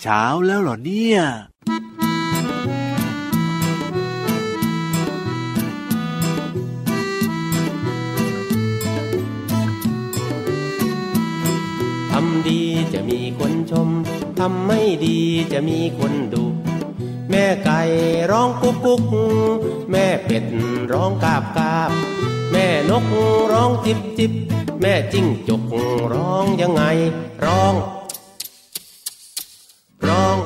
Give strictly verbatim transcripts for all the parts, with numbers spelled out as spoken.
เช้าแล้วเหรอเนี่ยทำดีจะมีคนชมทำไม่ดีจะมีคนดุแม่ไก่ร้องกุ๊กกุ๊กแม่เป็ดร้องกาบกาบแม่นกร้องจิบจิบแม่จิ้งจกร้องยังไงร้องร้อง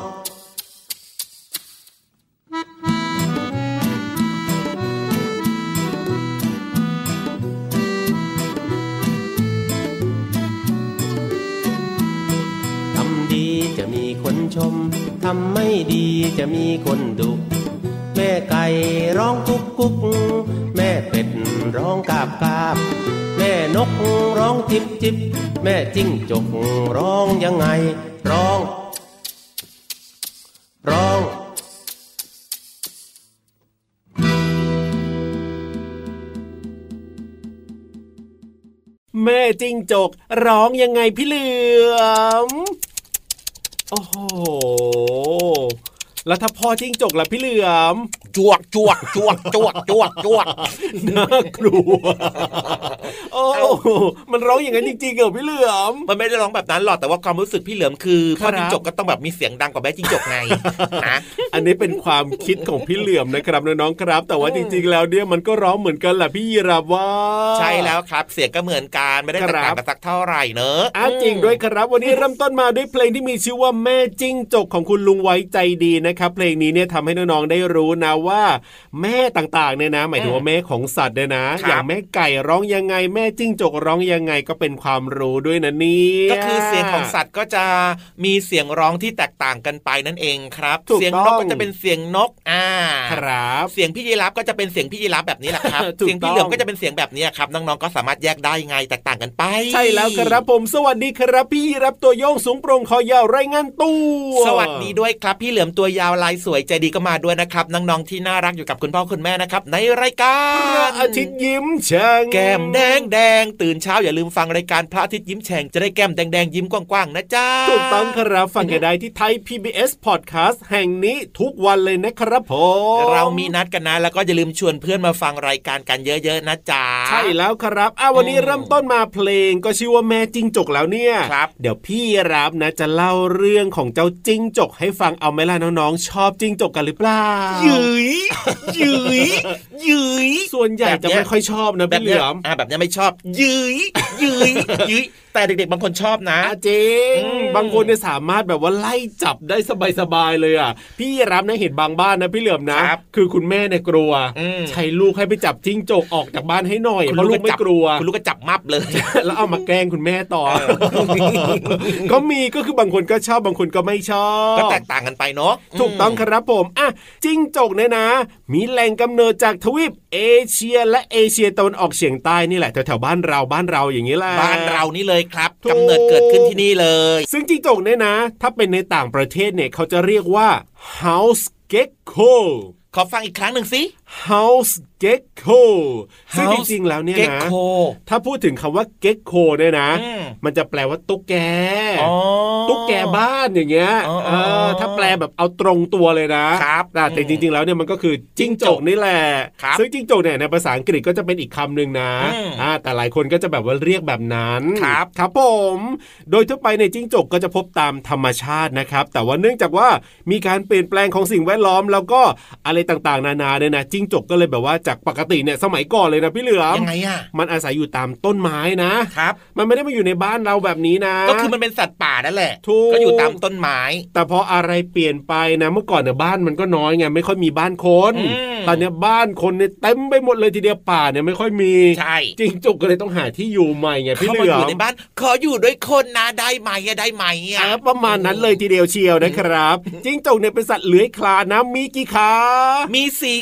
ทำดีจะมีคนชมทำไม่ดีจะมีคนดุแม่ไก่ร้องกุ๊กกุ๊กแม่เป็ดร้องกาบกาบแม่นกร้องจิบจิบแม่จิ้งจกร้องยังไงร้องร้องแม่จิ้งจกร้องยังไงพี่เหลือมโอ้โหแล้วถ้าพ่อจิ้งจกล่ะพี่เหลือมจวกจวกจวกจวกจวกจวกน่ากลัวโอ้มันร้องอย่างนั้นจริงๆเหรอพี่เหลือมมันไม่ได้ร้องแบบนั้นหรอกแต่ว่าความรู้สึกพี่เหลือมคือพ่อจิ้งจกก็ต้องแบบมีเสียงดังกว่าแม่จิ้งจกไงนะอันนี้เป็นความคิดของพี่เหลือมนะครับน้องๆครับแต่ว่าจริงๆแล้วเนี่ยมันก็ร้องเหมือนกันแหละพี่ยีราฟว่าใช่แล้วครับเสียงก็เหมือนกันไม่ได้แตกต่างกันสักเท่าไหร่เนอะอ่ะจริงด้วยครับวันนี้เริ่มต้นมาด้วยเพลงที่มีชื่อว่าแม่จิ้งจกของคุณลุงไว้ใจดีนะครับเพลงนี้เนี่ยทำให้น้องๆได้รู้นะว่าแม่ต่างๆเนี่ยนะหมายถึงว่าแม่ของสัตว์เนี่ยนะอย่างแม่ไก่ร้องยังไงแม่จิ้งจกร้องยังไงก็เป็นความรู้ด้วยนะนี่ก็คือเสียงของสัตว์ก็จะมีเสียงร้องที่แตกต่างกันไปนั่นเองครับเสียงนกก็จะเป็นเสียงนกอ่าครับเสียงพี่ยีราฟก็จะเป็นเสียงพี่ยีราฟแบบนี้แหละครับ เสียงพี่เหลือมก็จะเป็นเสียงแบบนี้ครับน้องๆก็สามารถแยกได้ไงแตกต่างกันไปใช่แล้วครับผมสวัสดีครับพี่ยีราฟตัวโยงสูงโปร่งคอยาวรายงานตัวสวัสดีด้วยครับพี่เหลือมตัวยาวลายสวยใจดีก็มาด้วยนะครับน้องๆที่น่ารักอยู่กับคุณพ่อคุณแม่นะครับในรายการพระอาทิตย์ยิ้มแฉ่งแก้มแดงแดงตื่นเช้าอย่าลืมฟังรายการพระอาทิตย์ยิ้มแฉ่งจะได้แก้มแดงแดงยิ้มกว้างๆนะจ๊ะถูกต้องครับฟังกันได้ที่ไทย พี บี เอส Podcast แห่งนี้ทุกวันเลยนะครับผมเรามีนัดกันนะแล้วก็อย่าลืมชวนเพื่อนมาฟังรายการกันเยอะๆนะจ๊ะใช่แล้วครับอ่ะวันนี้เริ่มต้นมาเพลงก็ชื่อว่าแม่จิ้งจกแล้วเนี่ยเดี๋ยวพี่รับนะจะเล่าเรื่องของเจ้าจิ้งจกให้ฟังเอาไหมล่ะน้องๆชอบจิ้งจกกันหรือเปล่ายืยยืยยืยส่วนใหญ่จะไม่ค่อยชอบนะพี่เหลือมอ่ะแบบนี้ไม่ชอบยืยยืยยืยแต่เด็กๆบางคนชอบนะจริงบางคนเนี่ยสามารถแบบว่าไล่จับได้สบายๆเลยอ่ะพี่รับนะเห็นบางบ้านนะพี่เหลือมนะคือคุณแม่เนี่ยกลัวใช้ลูกให้ไปจับจิ้งจกออกจากบ้านให้หน่อยเพราะลูกไม่กลัวคุณลูกก็จับมับเลยแล้วเอามาแกล้งคุณแม่ต่อก็มีก็คือบางคนก็ชอบบางคนก็ไม่ชอบก็แตกต่างกันไปเนาะถูกต้องครับผมอ่ะจิ้งจกเนี่ยนะมีแหล่งกำเนิดจากทวีปเอเชียและเอเชียตะวันออกเฉียงใต้นี่แหละแถวๆบ้านเราบ้านเราอย่างนี้แหละบ้านเรานี่เลยครับกำเนิดเกิดขึ้นที่นี่เลยซึ่งจิ้งจกเนี่ยนะถ้าเป็นในต่างประเทศเนี่ยเขาจะเรียกว่า house gecko ขอฟังอีกครั้งหนึ่งสิ house gecko ซึ่งจริงๆแล้วเนี่ยนะถ้าพูดถึงคำว่า gecko เนี่ยนะมันจะแปลว่าตุ๊กแกตุ๊กแกบ้านอย่างเงี้ยถ้าแปลแบบเอาตรงตัวเลยนะครับแต่จริงๆแล้วเนี่ยมันก็คือจิ้งจกนี่แหละซึ่งจิ้งจกเนี่ยในภาษาอังกฤษก็จะเป็นอีกคำหนึ่งนะแต่หลายคนก็จะแบบว่าเรียกแบบนั้นครับครับผมโดยทั่วไปในจิ้งจกก็จะพบตามธรรมชาตินะครับแต่ว่าเนื่องจากว่ามีการเปลี่ยนแปลงของสิ่งแวดล้อมแล้วก็อะไรต่างๆนานาเนี่ยนะจิ้งจกก็เลยแบบว่าจากปกติเนี่ยสมัยก่อนเลยนะพี่เหลือมยังไงอ่ะมันอาศัยอยู่ตามต้นไม้นะครับมันไม่ได้มาอยู่ในบ้านเราแบบนี้นะก็คือมันเป็นสัตว์ป่านั่นแหละก็อยู่ตามต้นไม้แต่พออะไรเปลี่ยนไปนะเมื่อก่อนเนี่ยบ้านมันก็น้อยไงไม่ค่อยมีบ้านคนตอนนี้บ้านคนเนี่ยเต็มไปหมดเลยทีเดียวป่าเนี่ยไม่ค่อยมีใช่จิ้งจกก็เลยต้องหาที่อยู่ใหม่ไงพี่เหลือมเขามาอยู่ในบ้านขออยู่ด้วยคนนะได้ไหมได้ไหมอ่ะประมาณนั้นเลยทีเดียวเชียวนะครับจิ้งจกเนี่ยเป็นสัตว์เลื้อยคลานนะมีกี่ขามีสี่ขา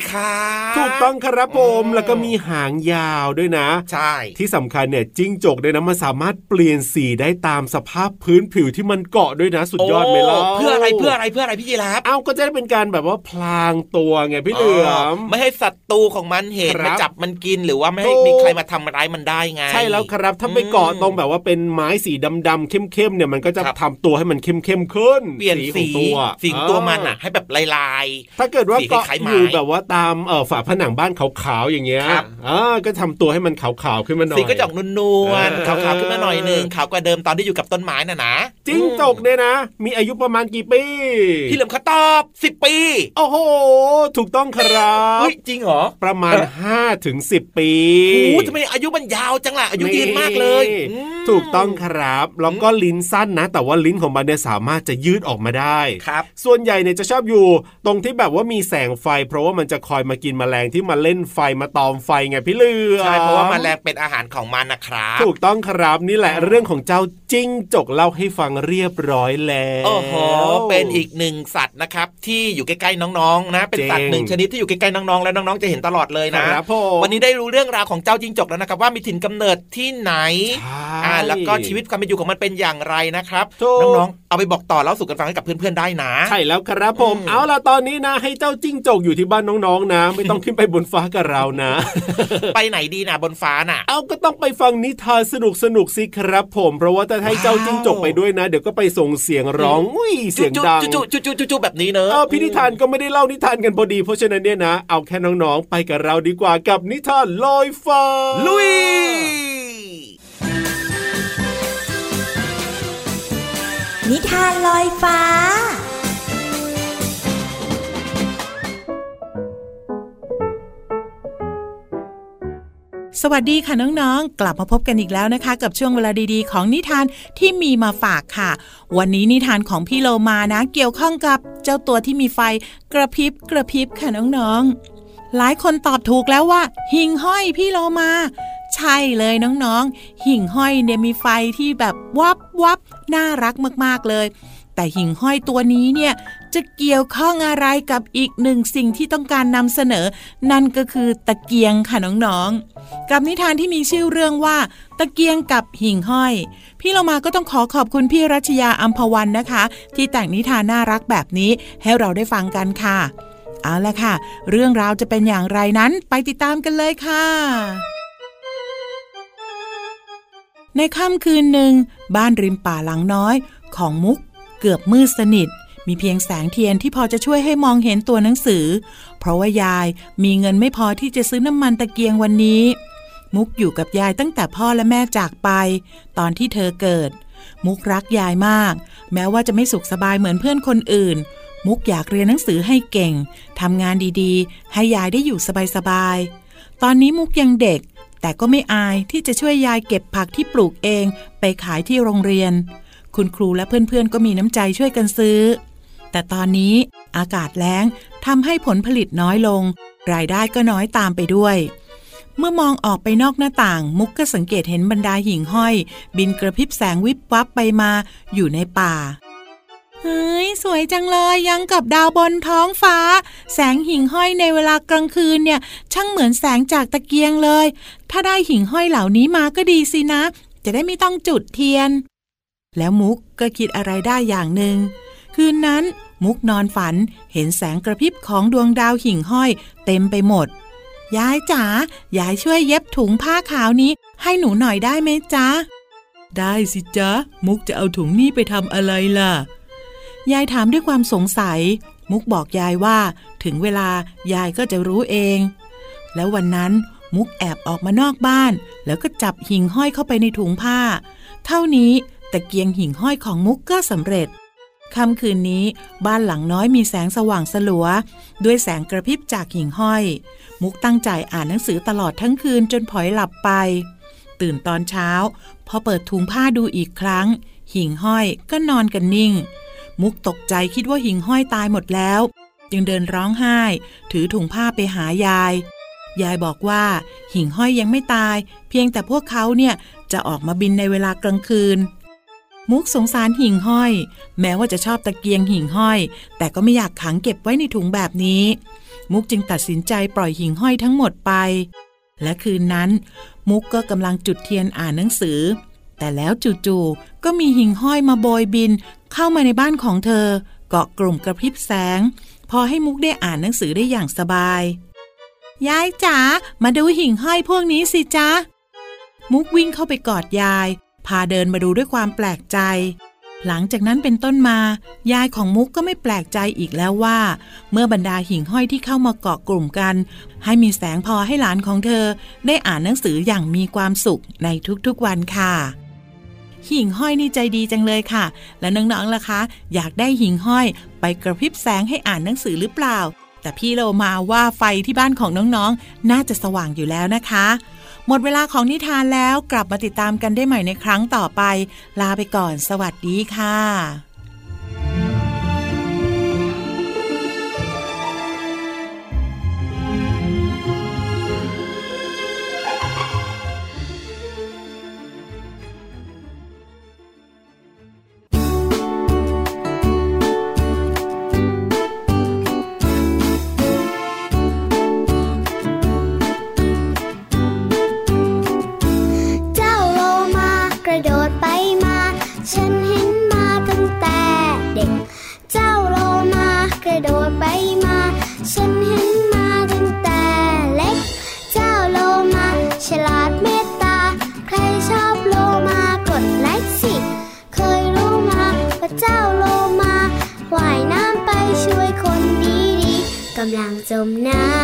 บถูกต้องครับผมแล้วก็มีหางยาวด้วยนะใช่ที่สำคัญเนี่ยจิ้งจกด้วยนะมันสามารถเปลี่ยนสีได้ตามสภาพพื้นผิวที่มันเกาะด้วยนะสุดยอดไหมล่ะเพื่ออะไรเพื่ออะไรเพื่ออะไรพี่ยีราฟเอ้าก็จะได้เป็นการแบบว่าพลางตัวไงพี่เหลือมไม่ให้ศัตรูของมันเห็นมาจับมันกินหรือว่าไม่ให้มีใครมาทำร้ายมันได้ไงใช่แล้วครับถ้าไปเกาะตรงแบบว่าเป็นไม้สีดำๆเข้มๆเนี่ยมันก็จะทำตัวให้มันเข้มๆขึ้นเปลี่ยนสีตัวสีตัวมันอ่ะให้แบบลายๆถ้าเกิดว่าเกาะอยู่แบบว่าตามเอ่อฝาผนังบ้านขาวๆอย่างเงี้ยอ่าก็ทำตัวให้มันขาวๆขึ้นมาหน่อยสีก็จะออกนวลๆขาวๆขึ้นมาหน่อยนึงขาวกว่าเดิมตอนที่อยู่กับต้นไม้น่ะนะจิ้งจกเนี่ยนะมีอายุประมาณกี่ปีพี่เหลิมเขาตอบสิบปีโอ้โหถูกต้องครับเฮ้ยจริงเหรอประมาณ ห้าถึงสิบ ปีโอ้ทำไมอายุมันยาวจังล่ะอายุยืนมากเลยถูกต้องครับแล้วก็ลิ้นสั้นนะแต่ว่าลิ้นของมันเนี่ยสามารถจะยืดออกมาได้ครับส่วนใหญ่เนี่ยจะชอบอยู่ตรงที่แบบว่ามีแสงไฟเพราะว่ามันจะคอยมากินแมลงที่มาเล่นไฟมาตอมไฟไงพี่เลือใช่เพราะว่าแมลงเป็นอาหารของมันนะครับถูกต้องครับนี่แหละเรื่องของเจ้าจิ้งจกเล่าให้ฟังเรียบร้อยแล้วโอ้โหเป็นอีกหนึ่งสัตว์นะครับที่อยู่ใกล้ๆน้องๆนะเป็นสัตว์หนึ่งชนิดที่อยู่ใกล้ๆน้องๆแล้วน้องๆจะเห็นตลอดเลยนะวันนี้ได้รู้เรื่องราวของเจ้าจิ้งจกแล้วนะครับว่ามีถิ่นกำเนิดที่ไหนอ่าแล้วก็ชีวิตความเป็นอยู่ของมันเป็นอย่างไรนะครับน้องๆเอาไปบอกต่อเล่าสู่กันฟังให้กับเพื่อนๆได้นะใช่แล้วครับผมเอาล่ะตอนนี้นะให้เจ้าจิ้งจกอยู่ที่บ้านน้องๆนะไม่ต้องขึ้นไปบนฟ้ากับเรานะไปไหนดีนะบนฟ้าน่ะเอาก็ต้องไปฟังนิทานสนุกๆสิครับผมเพราะว่าถ้าให้เจ้าจิ้งจกไปด้วยนะเดี๋ยวก็ไปส่งเสียงร้องอุ้ยเสียงดังจุ๊จุ๊จุ๊จุ๊แบบนี้เนอะเออพี่นิทานก็ไม่ได้เล่านิทานกันพอดีเพราะฉะนั้นเนี่ยนะเอาแค่น้องๆไปกับเราดีกว่ากับนิทานลอยฟ้าลุยนิทานลอยฟ้าสวัสดีค่ะน้องๆกลับมาพบกันอีกแล้วนะคะกับช่วงเวลาดีๆของนิทานที่มีมาฝากค่ะวันนี้นิทานของพี่โลมานะเกี่ยวข้องกับเจ้าตัวที่มีไฟกระพริบกระพริบค่ะน้องๆหลายคนตอบถูกแล้วว่าหิ่งห้อยพี่โลมาใช่เลยน้องๆหิ่งห้อยเนี่ยมีไฟที่แบบวับวับน่ารักมากๆเลยแต่หิ่งห้อยตัวนี้เนี่ยจะเกี่ยวข้องอะไรกับอีกหนึ่งสิ่งที่ต้องการนำเสนอนั่นก็คือตะเกียงค่ะน้องๆกับนิทานที่มีชื่อเรื่องว่าตะเกียงกับหิ่งห้อยพี่เรามาก็ต้องขอขอบคุณพี่รัชยาอัมพวันนะคะที่แต่งนิทานน่ารักแบบนี้ให้เราได้ฟังกันค่ะเอาล่ะค่ะเรื่องราวจะเป็นอย่างไรนั้นไปติดตามกันเลยค่ะในค่ำคืนหนึ่งบ้านริมป่าหลังน้อยของมุกเกือบมืดสนิทมีเพียงแสงเทียนที่พอจะช่วยให้มองเห็นตัวหนังสือเพราะว่ายายมีเงินไม่พอที่จะซื้อน้ำมันตะเกียงวันนี้มุกอยู่กับยายตั้งแต่พ่อและแม่จากไปตอนที่เธอเกิดมุกรักยายมากแม้ว่าจะไม่สุขสบายเหมือนเพื่อนคนอื่นมุกอยากเรียนหนังสือให้เก่งทำงานดีๆให้ยายได้อยู่สบายๆตอนนี้มุกยังเด็กแต่ก็ไม่อายที่จะช่วยยายเก็บผักที่ปลูกเองไปขายที่โรงเรียนคุณครูและเพื่อนๆก็มีน้ำใจช่วยกันซื้อแต่ตอนนี้อากาศแล้งทำให้ผลผลิตน้อยลงรายได้ก็น้อยตามไปด้วยเมื่อมองออกไปนอกหน้าต่างมุกก็สังเกตเห็นบรรดาหิ่งห้อยบินกระพริบแสงวิบวับไปมาอยู่ในป่าเฮ้ยสวยจังเลยยังกับดาวบนท้องฟ้าแสงหิ่งห้อยในเวลากลางคืนเนี่ยช่างเหมือนแสงจากตะเกียงเลยถ้าได้หิ่งห้อยเหล่านี้มาก็ดีสินะจะได้ไม่ต้องจุดเทียนแล้วมุกก็คิดอะไรได้อย่างหนึ่งคืนนั้นมุกนอนฝันเห็นแสงกระพริบของดวงดาวหิ่งห้อยเต็มไปหมดยายจ๋ายายช่วยเย็บถุงผ้าขาวนี้ให้หนูหน่อยได้ไหมจ๊ะได้สิจ๊ะมุกจะเอาถุงนี้ไปทำอะไรล่ะยายถามด้วยความสงสัยมุกบอกยายว่าถึงเวลายายก็จะรู้เองแล้ววันนั้นมุกแอบออกมานอกบ้านแล้วก็จับหิ่งห้อยเข้าไปในถุงผ้าเท่านี้ตะเกียงหิ่งห้อยของมุกก็สำเร็จค่ำคืนนี้บ้านหลังน้อยมีแสงสว่างสลัวด้วยแสงกระพริบจากหิ่งห้อยมุกตั้งใจอ่านหนังสือตลอดทั้งคืนจนผอยหลับไปตื่นตอนเช้าพอเปิดถุงผ้าดูอีกครั้งหิ่งห้อยก็นอนกันนิ่งมุกตกใจคิดว่าหิ่งห้อยตายหมดแล้วจึงเดินร้องไห้ถือถุงผ้าไปหายายยายบอกว่าหิ่งห้อยยังไม่ตายเพียงแต่พวกเขาเนี่ยจะออกมาบินในเวลากลางคืนมุกสงสารหิ่งห้อยแม้ว่าจะชอบตะเกียงหิ่งห้อยแต่ก็ไม่อยากขังเก็บไว้ในถุงแบบนี้มุกจึงตัดสินใจปล่อยหิ่งห้อยทั้งหมดไปและคืนนั้นมุกก็กำลังจุดเทียนอ่านหนังสือแต่แล้วจู่ๆก็มีหิ่งห้อยมาโบยบินเข้ามาในบ้านของเธอเกาะกลุ่มกระพริบแสงพอให้มุกได้อ่านหนังสือได้อย่างสบายยายจ๋ามาดูหิ่งห้อยพวกนี้สิจ๊ะมุกวิ่งเข้าไปกอดยายพาเดินมาดูด้วยความแปลกใจหลังจากนั้นเป็นต้นมายายของมุกก็ไม่แปลกใจอีกแล้วว่าเมื่อบรรดาหิ่งห้อยที่เข้ามาเกาะกลุ่มกันให้มีแสงพอให้หลานของเธอได้อ่านหนังสืออย่างมีความสุขในทุกๆวันค่ะหิ่งห้อยนี่ใจดีจังเลยค่ะและน้องๆล่ะคะอยากได้หิ่งห้อยไปกระพริบแสงให้อ่านหนังสือหรือเปล่าแต่พี่โลมาว่าไฟที่บ้านของน้องๆน่าจะสว่างอยู่แล้วนะคะหมดเวลาของนิทานแล้วกลับมาติดตามกันได้ใหม่ในครั้งต่อไปลาไปก่อนสวัสดีค่ะกำลังจมน้ำ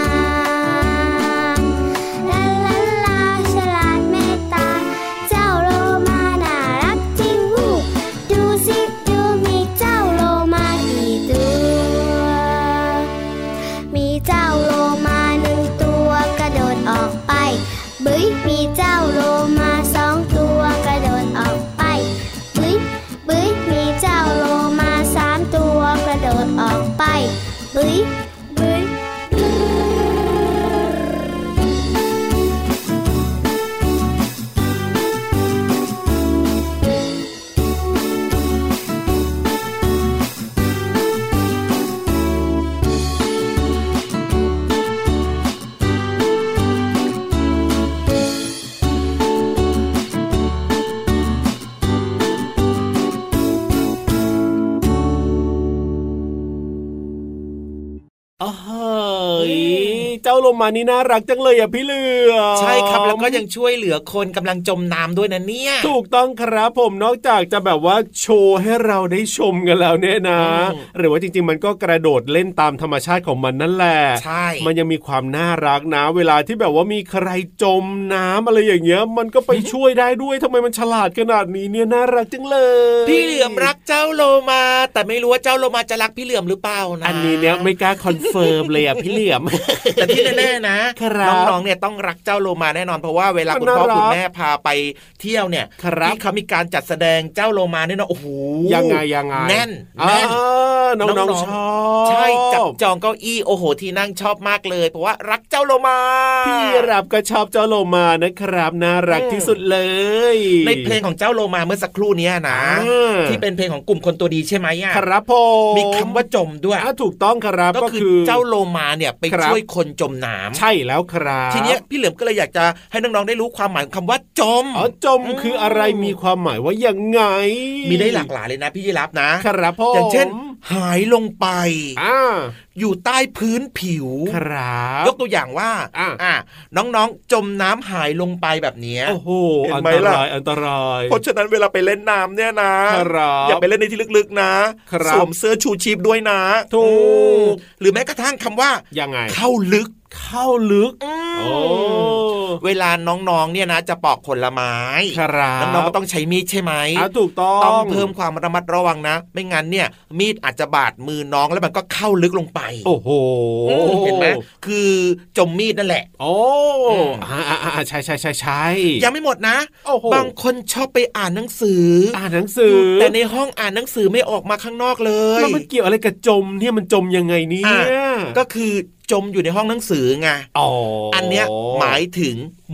ลาลาลาฉลาดเมตตาเจ้าโลมาน่ารักจริงวู้ดูสิดูมีเจ้าโลมากี่ตัวมีเจ้าโลมาหนึ่งตัวกระโดดออกไปบึ้ยมีเจ้าโลมาสองตัวกระโดดออกไปบึ้ยบึ้ยมีเจ้าโลมาสามตัวกระโดดออกไปบึ้ยเจ้าโลมานี่น่ารักจังเลยอ่ะพี่เหลือใช่ครับแล้วก็ยังช่วยเหลือคนกำลังจมน้ำด้วยนะเนี่ยถูกต้องครับผมนอกจากจะแบบว่าโชว์ให้เราได้ชมกันแล้วเนี่ยนะหรือว่าจริงๆมันก็กระโดดเล่นตามธรรมชาติของมันนั่นแหละใช่มันยังมีความน่ารักนะเวลาที่แบบว่ามีใครจมน้ำอะไรอย่างเงี้ยมันก็ไปช่วยได้ด้วยทำไมมันฉลาดขนาดนี้เนี่ยน่ารักจังเลยพี่เหลือมรักเจ้าโลมาแต่ไม่รู้ว่าเจ้าโลมาจะรักพี่เหลือมหรือเปล่านะอันนี้เนี่ยไม่กล้าคอนเฟิร์มเลยอ่ะพี่เหลือมแต่ที่แน่ๆนะน้องๆเนี่ยต้องรักเจ้าโลมาแน่นอนเพราะว่าเวลาคุณพ่อคุณแม่พาไปเที่ยวเนี่ยที่เขามีการจัดแสดงเจ้าโลมาเนี่ยนะโอ้โหยังไงยังไงแน่นแน่นน้องๆชอบใช่จับจองเก้าอี้โอ้โหที่นั่งชอบมากเลยเพราะว่ารักเจ้าโลมาพี่รับก็ชอบเจ้าโลมานะครับน่ารักที่สุดเลยในเพลงของเจ้าโลมาเมื่อสักครู่นี้นะที่เป็นเพลงของกลุ่มคนตัวดีใช่ไหมอ่ะครับผมมีคำว่าจมด้วยถูกต้องครับก็คือเจ้าโลมาเนี่ยไปช่วยคนจมน้ำใช่แล้วครับทีนี้พี่เหลือมก็เลยอยากจะให้น้องๆได้รู้ความหมายของคำว่าจมอ๋อจมคืออะไรมีความหมายว่ายังไงมีได้หลากหลายเลยนะพี่ยีรับนะครับพ่ออย่างเช่นหายลงไปอ่าอยู่ใต้พื้นผิวครับยกตัวอย่างว่าอ่าอ่าน้องๆจมน้ำหายลงไปแบบนี้โอ้โหอันตรายอันตรายเพราะฉะนั้นเวลาไปเล่นน้ำเนี่ยนะอย่าไปเล่นในที่ลึกๆนะสวมเสื้อชูชีพด้วยนะถูกหรือแม้กระทั่งคำว่ายังไงเข้าลึกเข้าลึกโอ้เวลาน้องๆเนี่ยนะจะปอกผลไม้น้องๆก็ต้องใช้มีดใช่ไหมถูกต้องต้องเพิ่มความระมัดระวังนะไม่งั้นเนี่ยมีดอาจจะบาดมือน้องแล้วมันก็เข้าลึกลงไปโอ้โหเห็นไหมคือจมมีดนั่นแหละโอ้อ่าใช่ใช่ใช่ใช่ยังไม่หมดนะบางคนชอบไปอ่านหนังสืออ่านหนังสือแต่ในห้องอ่านหนังสือไม่ออกมาข้างนอกเลยแล้วมันเกี่ยวอะไรกับจมเนี่ยมันจมยังไงเนี่ยก็คือจมอยู่ในห้องหนังสือไงอ๋ออันเนี้ยหมายถึงหมก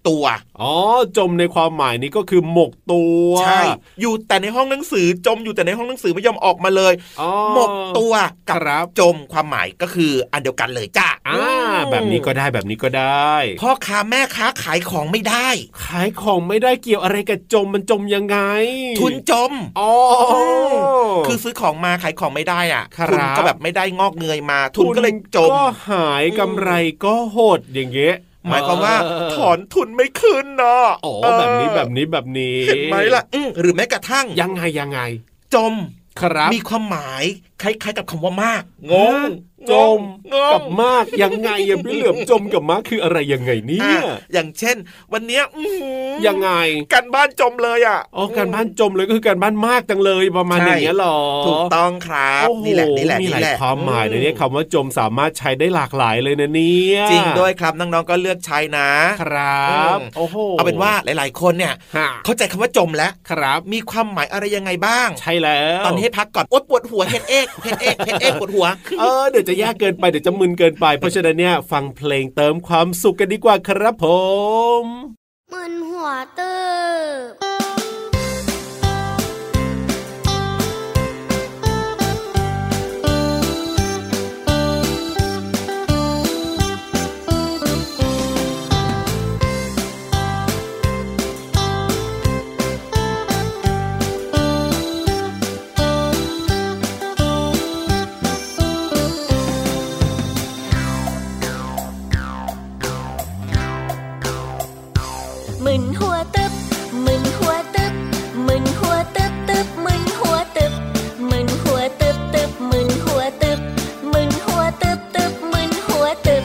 ตัวอ๋อจมในความหมายนี้ก็คือหมกตัวใช่อยู่แต่ในห้องหนังสือจมอยู่แต่ในห้องหนังสือไม่ยอมออกมาเลยหมกตัวกับจมความหมายก็คืออันเดียวกันเลยจ้ะอ่าแบบนี้ก็ได้แบบนี้ก็ได้พ่อค้าแม่ค้าขายของไม่ได้ขายของไม่ได้เกี่ยวอะไรกับจมมันจมยังไงทุนจมอ๋อคือซื้อของมาขายของไม่ได้อ่ะทุนก็แบบไม่ได้งอกเงยมาทุนก็เลยจมก็หายกำไรก็หดอย่างเงี้ยหมายความว่าถอนทุนไม่คืนนะอ๋อแบบนี้แบบนี้แบบนี้เห็นไหมล่ะหรือแม้กระทั่งยังไงยังไงจมครับมีความหมายคล้ายๆกับคำว่ามากงงจมกับมากยังไงยังพี่เหลือมจมกับมากคืออะไรยังไงเนี่ยอย่างเช่นวันเนี้ยยังไงการบ้านจมเลยอ่ะอ๋อการบ้านจมเลยก็คือการบ้านมากจังเลยประมาณอย่างเงี้ยหรอถูกต้องครับนี่แหละนี่แหละมีหลายความหมายในนี้คำว่าจมสามารถใช้ได้หลากหลายเลยนะเนี่ยจริงด้วยครับน้องๆก็เลือกใช้นะครับโอ้โหเอาเป็นว่าหลายๆคนเนี่ยเข้าใจคำว่าจมแล้วครับมีความหมายอะไรยังไงบ้างใช่แล้วตอนนี้ให้พักก่อนโอ๊ยปวดหัวเฮดเอกเฮดเอกเฮดเอกปวดหัวเออเดี๋ยวจะยากเกินไปเดี๋ยวจะมึนเกินไปเพราะฉะนั้นเนี่ยฟังเพลงเติมความสุขกันดีกว่าครับผมมึนหัวตึบมึนหัวตึบมึนหัวตึบมึนหัวตึบตึบมึนหัวตึบมึนหัวตึบตึบมึนหัวตึบมึนหัวตึบตึบมึนหัวตึบ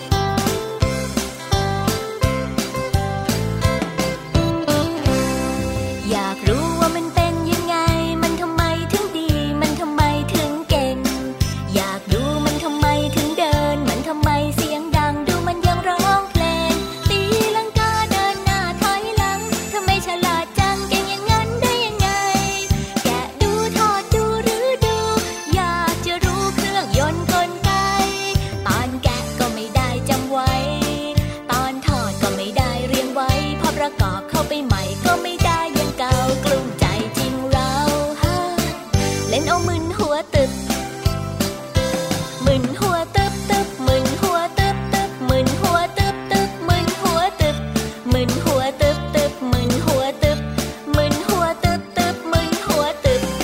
อยากรู้ว่ามันเป็นยังไงมันทำไมถึงดีมันทำไมถึงเก่งอยากดูมันทำไมถึงเดินมันทำไมเสียงดังดูมันยังร้องเพลงตีลังกาเดินหน้าถอยหลังทำไมฉลาดจังเก่งอย่างนั้นได้ยังไงแกะดูทอดดูหรือดูอยากจะรู้เครื่องยนต์กลไกตอนแกะก็ไม่ได้จำไว้ตอนทอดก็ไม่ได้เรียงไว้พอประกอบเข้าไปใหม่ก็ไม่ได้ยังเก่ากลุ้มใจจริงเราฮ่าเล่นเอามึนหัวตึบมึนหัวตึบตึบมึนหัวตึบตึบมึนหัวตึบตึบมึนหัวตึบมึนหัวตึบตึบมึนหัวตึบมึนหัวตึบตึบมึนหัวตึบ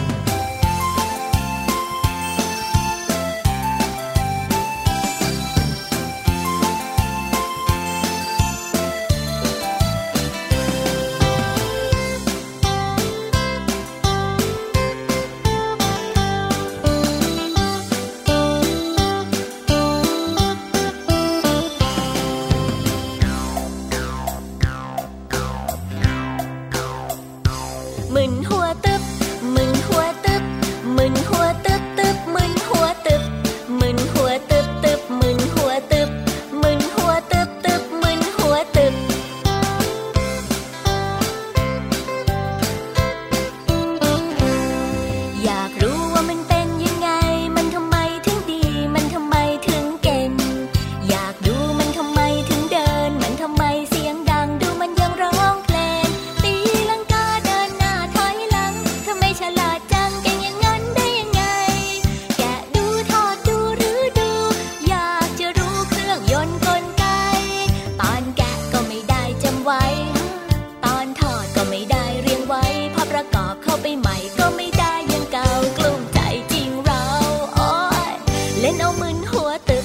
มึนหัวตึบมึนหัวตึบมึนหัวตึบตึบมึนหัวตึบมึนหัวตึบตึบมึนหัวตึบมึนหัวตึบตึบมึนหัวตึบอยากรู้ว่ามันเป็นยังไงมันทำไมถึงดีมันทำไมถึงเก่งอยากดูมันทำไมถึงเดินมันทำไมเสียงดังดูมันยังร้องเพลงตีลังกาเดินหน้าถอยหลังทำไมฉลาดจังเก่งอย่างนั้นได้ยังไงแกะดูทอดดูหรือดูอยากจะรู้เครื่องยนต์กลไกตอนแกะก็ไม่ได้จำไว้ตอนทอดก็ไม่ได้เรียงไว้พอประกอบเข้าไปใหม่ก็ไม่ได้ยังเก่ากลุ้มใจจริงเราโอ๊ยเล่นเอามึนหัวตึบ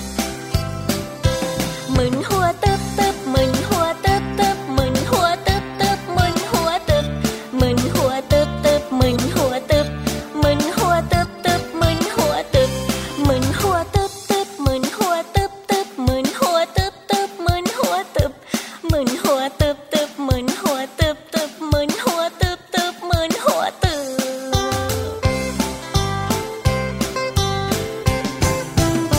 มึนหัวตึบตึบมึนหัวตึบตึบมึนหัวตึบตึบมึนหัวตึบมึนหัวตึบตึบมึนหัวตึบมึนหัวตึบตึบมึนหัวตึบมึนหัวตึบตึบมึนหัวตึบตึบมึนหัวตึบตึบมึนหัวตึบมึนหัวตึบตึบมึนหัวตึบตึบมึนหัวตึบตึบมึนหัวตึบ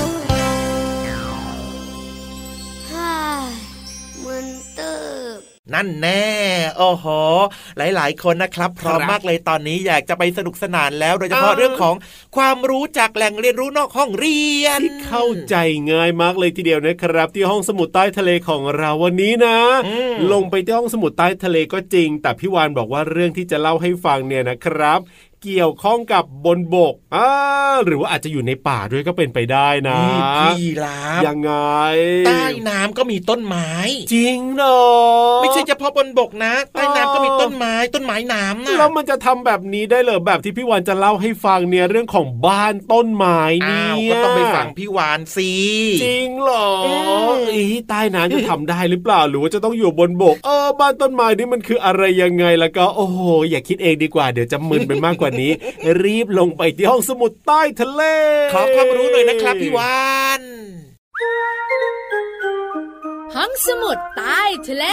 ฮ่ามึนตึบนั่นแน่โอ้โหหลายๆคนนะครับพร้อมมากเลยตอนนี้อยากจะไปสนุกสนานแล้วโดยเฉพาะเรื่องของความรู้จากแหล่งเรียนรู้นอกห้องเรียนที่เข้าใจง่ายมากเลยทีเดียวนะครับที่ห้องสมุดใต้ทะเลของเราวันนี้นะลงไปที่ห้องสมุดใต้ทะเลก็จริงแต่พี่วานบอกว่าเรื่องที่จะเล่าให้ฟังเนี่ยนะครับเกี่ยวข้องกับบนบกอ่าหรือว่าอาจจะอยู่ในป่าด้วยก็เป็นไปได้นะพี่ลาบยังไงใต้น้ำก็มีต้นไม้จริงเนอะไม่ใช่เฉพาะบนบกนะใต้น้ำก็มีต้นไม้ต้นไม้น้ำนะแล้วมันจะทำแบบนี้ได้เหรอแบบที่พี่วานจะเล่าให้ฟังเนี่ยเรื่องของบ้านต้นไม้เนี่ยก็ต้องไปฟังพี่วานสิจริงเหรออีใต้น้ำจะทำได้หรือเปล่าหรือว่าจะต้องอยู่บนบกเออบ้านต้นไม้นี่มันคืออะไรยังไงแล้วก็โอ้โหอย่าคิดเองดีกว่าเดี๋ยวจะมึนไปมากกว่านี้รีบลงไปที่ห้องสมุดใต้ทะเลขอความรู้หน่อยนะครับพี่วานห้องสมุดใต้ทะเล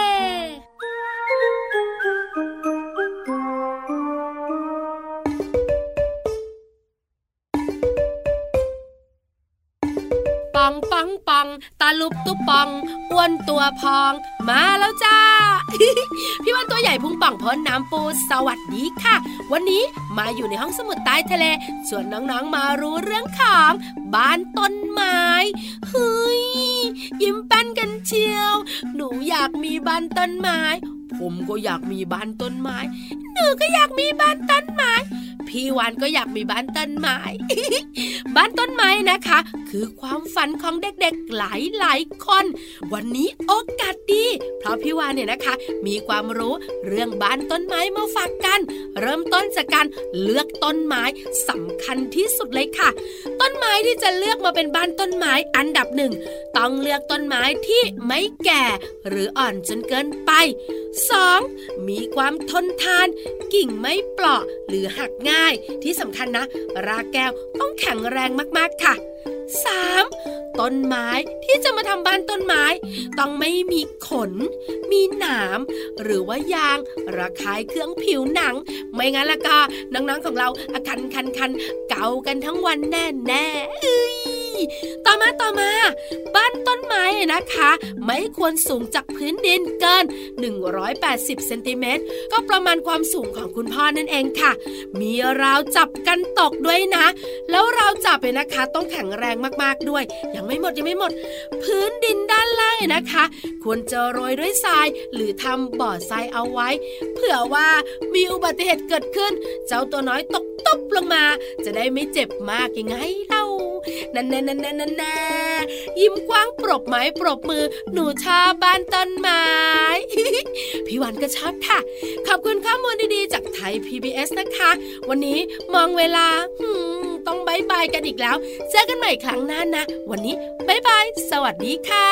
ปังปังปังตาลุบตุ๊บปังอ้วนตัวพองมาแล้วจ้า พี่วันตัวใหญ่พุงป่องพ้นน้ำปูสวัสดีค่ะวันนี้มาอยู่ในห้องสมุดใต้ทะเลส่วนน้องๆมารู้เรื่องของบ้านต้นไม้เฮ้ยยิ้มแป้นกันเชียวหนูอยากมีบ้านต้นไม้ผมก็อยากมีบ้านต้นไม้หนูก็อยากมีบ้านต้นไม้พี่วานก็อยากมีบ้านต้นไม้ บ้านต้นไม้นะคะคือความฝันของเด็กๆหลายๆคนวันนี้โอกาสดีเพราะพี่วานเนี่ยนะคะมีความรู้เรื่องบ้านต้นไม้มาฝากกันเริ่มต้นจากการเลือกต้นไม้สำคัญที่สุดเลยค่ะต้นไม้ที่จะเลือกมาเป็นบ้านต้นไม้อันดับหนึ่งต้องเลือกต้นไม้ที่ไม่แก่หรืออ่อนจนเกินไปสองมีความทนทานกิ่งไม่เปราะหรือหักง่ายที่สำคัญนะรากแก้วต้องแข็งแรงมากๆค่ะสามต้นไม้ที่จะมาทำบ้านต้นไม้ต้องไม่มีขนมีหนามหรือว่ายางระคายเคืองผิวหนังไม่งั้นละก็น้องๆของเราอาคันคันคันเกากันทั้งวันแน่แน่ต่อมาต่อมาบ้านต้นไม้นะคะไม่ควรสูงจากพื้นดินเกินหนึ่งร้อยแปดสิบเซนติเมตรก็ประมาณความสูงของคุณพ่อนั่นเองค่ะมีราวจับกันตกด้วยนะแล้วราวจับเนี่ยนะคะต้องแข็งแรงมากๆด้วยยังไม่หมดยังไม่หมดพื้นดินด้านล่างนะคะควรจะโรยด้วยทรายหรือทำบ่อทรายเอาไว้เผื่อว่ามีอุบัติเหตุเกิดขึ้นเจ้าตัวน้อยตกตบลงมาจะได้ไม่เจ็บมากยังไงเล่านั่นแน่นั่นแน่นั่นแน่ยิ้มกว้างปรบไม้ปรบมือหนูชอบบ้านต้นไม้ พี่วันก็ชอบค่ะขอบคุณข้อมูลดีๆจากไทย พี บี เอส นะคะวันนี้มองเวลาต้องบายบายกันอีกแล้วเจอกันใหม่ครั้งหน้านะวันนี้บายบายสวัสดีค่ะ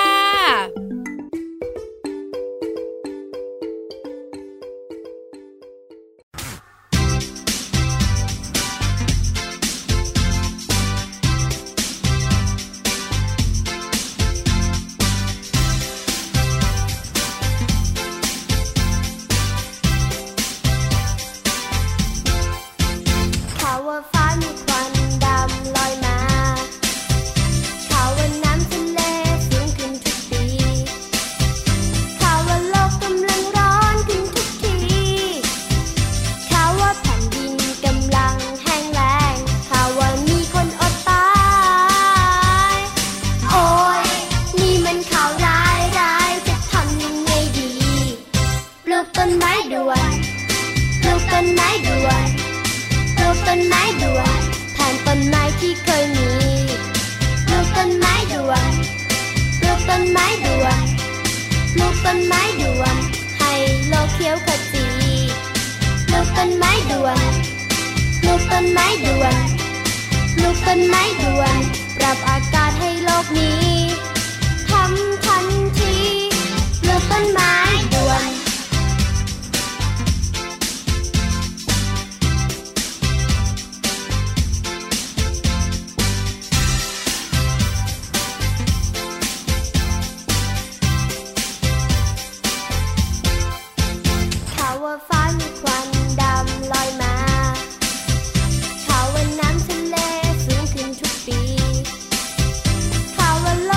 ข่าวว่า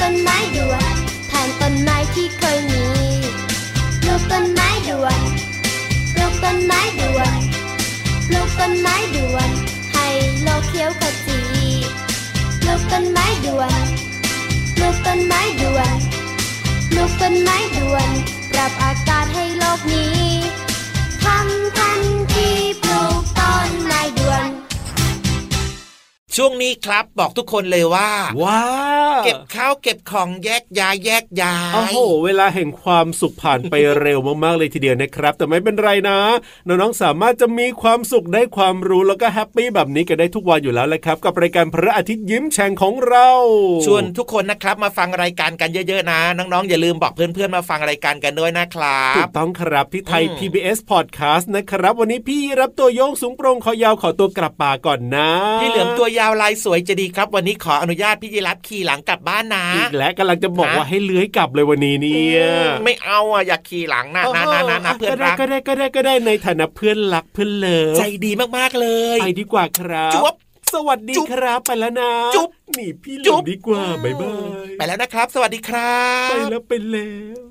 ต้นไม้ด่วนแทนต้นไม้ที่เคยมีปลูกต้นไม้ด่วนปลูกต้นไม้ด่วนปลูกต้นไม้ด่วนให้โลกเขียวขจีปลูกต้นไม้ด่วนปลูกต้นไม้ด่วนปลูกต้นไม้ด่วนปรับอากาศให้โลกนี้ทำทันทีปลูกต้นไม้ด่วนช่วงนี้ครับบอกทุกคนเลยว่าว้าเก็บข้าวเก็บของแยกย้ายแยกย้ายโอ้โหเวลาแห่งความสุขผ่านไปเร็วมากๆเลยทีเดียวนะครับแต่ไม่เป็นไรนะน้องๆสามารถจะมีความสุขได้ความรู้แล้วก็แฮปปี้แบบนี้กันได้ทุกวันอยู่แล้วแหละครับกับรายการพระอาทิตย์ยิ้มแฉ่งของเราชวนทุกคนนะครับมาฟังรายการกันเยอะๆนะน้องๆอย่าลืมบอกเพื่อนๆมาฟังรายการกันด้วยนะครับถูกต้องครับที่ไทย พี บี เอส Podcast นะครับวันนี้พี่รับตัวโยงสูงโปร่งคอยาวขอตัวกลับป่าก่อนนะพี่เหลือมตัวยาวลายสวยจะดีครับวันนี้ขออนุญาตพี่ยีรับขี่หลังกลับบ้านนะอีกแล้วกำลังจะบอกว่าให้เลื้อยกลับเลยวันนี้เนี่ยไม่เอาอ่ะอยากขี่หลังนะนะนะนะเพื่อนรักก็ได้ก็ได้ก็ได้ในฐานะเพื่อนรักเพื่อนเลิฟใจดีมากๆเลยไปดีกว่าครับจุ๊บสวัสดีครับไปแล้วนะจุ๊บนี่พี่เหลือมดีกว่าบ๊ายบายไปแล้วนะครับสวัสดีครับไปแล้วไปแล้ว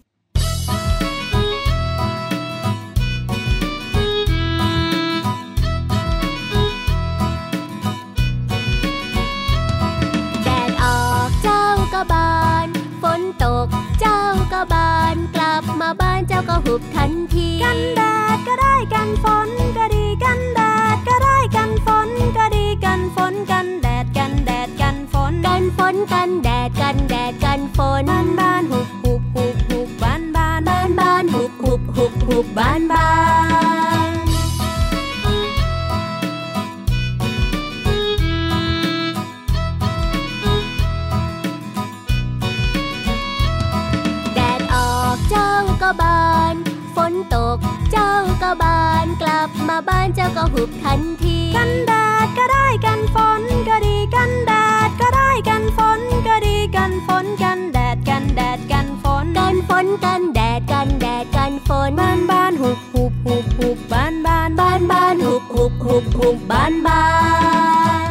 บานฝนตกเจ้าก็บานกลับมาบ้านเจ้าก็หุบทันทีกันแดดก็ได้กันฝนก็ดีกันแดดก็ได้กันฝนก็ดีกันฝนกันแดดกันแดดกันฝนกันฝนกันแดดกันแดดกันฝนบ้านบ้านหุบหุบหุบหุบบ้านบ้านบ้านบ้านหุบหุบหุบหุบบ้านบ้านบานฝนตกเจ้าก็บานกลับมาบ้านเจ้าก็หุบทันทีกันแดดก็ได้กันฝนก็ดีกันแดดก็ได้กันฝนก็ดีกันฝนกันแดดกันแดดกันฝนกันฝนกันแดดกันแดดกันฝนบ้านบ้านหุบหุบหุบหุบบ้านบ้านบ้านบ้านหุบหุบหุบหุบบ้านบ้าน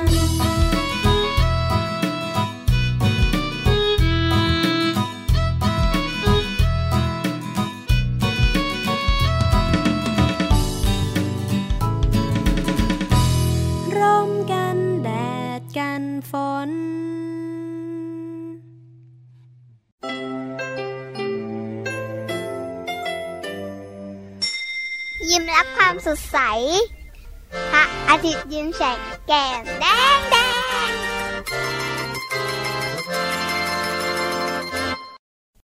ฝนยิ้มรับความสดใสพระอาทิตย์ยิ้มแฉกแก้มแดง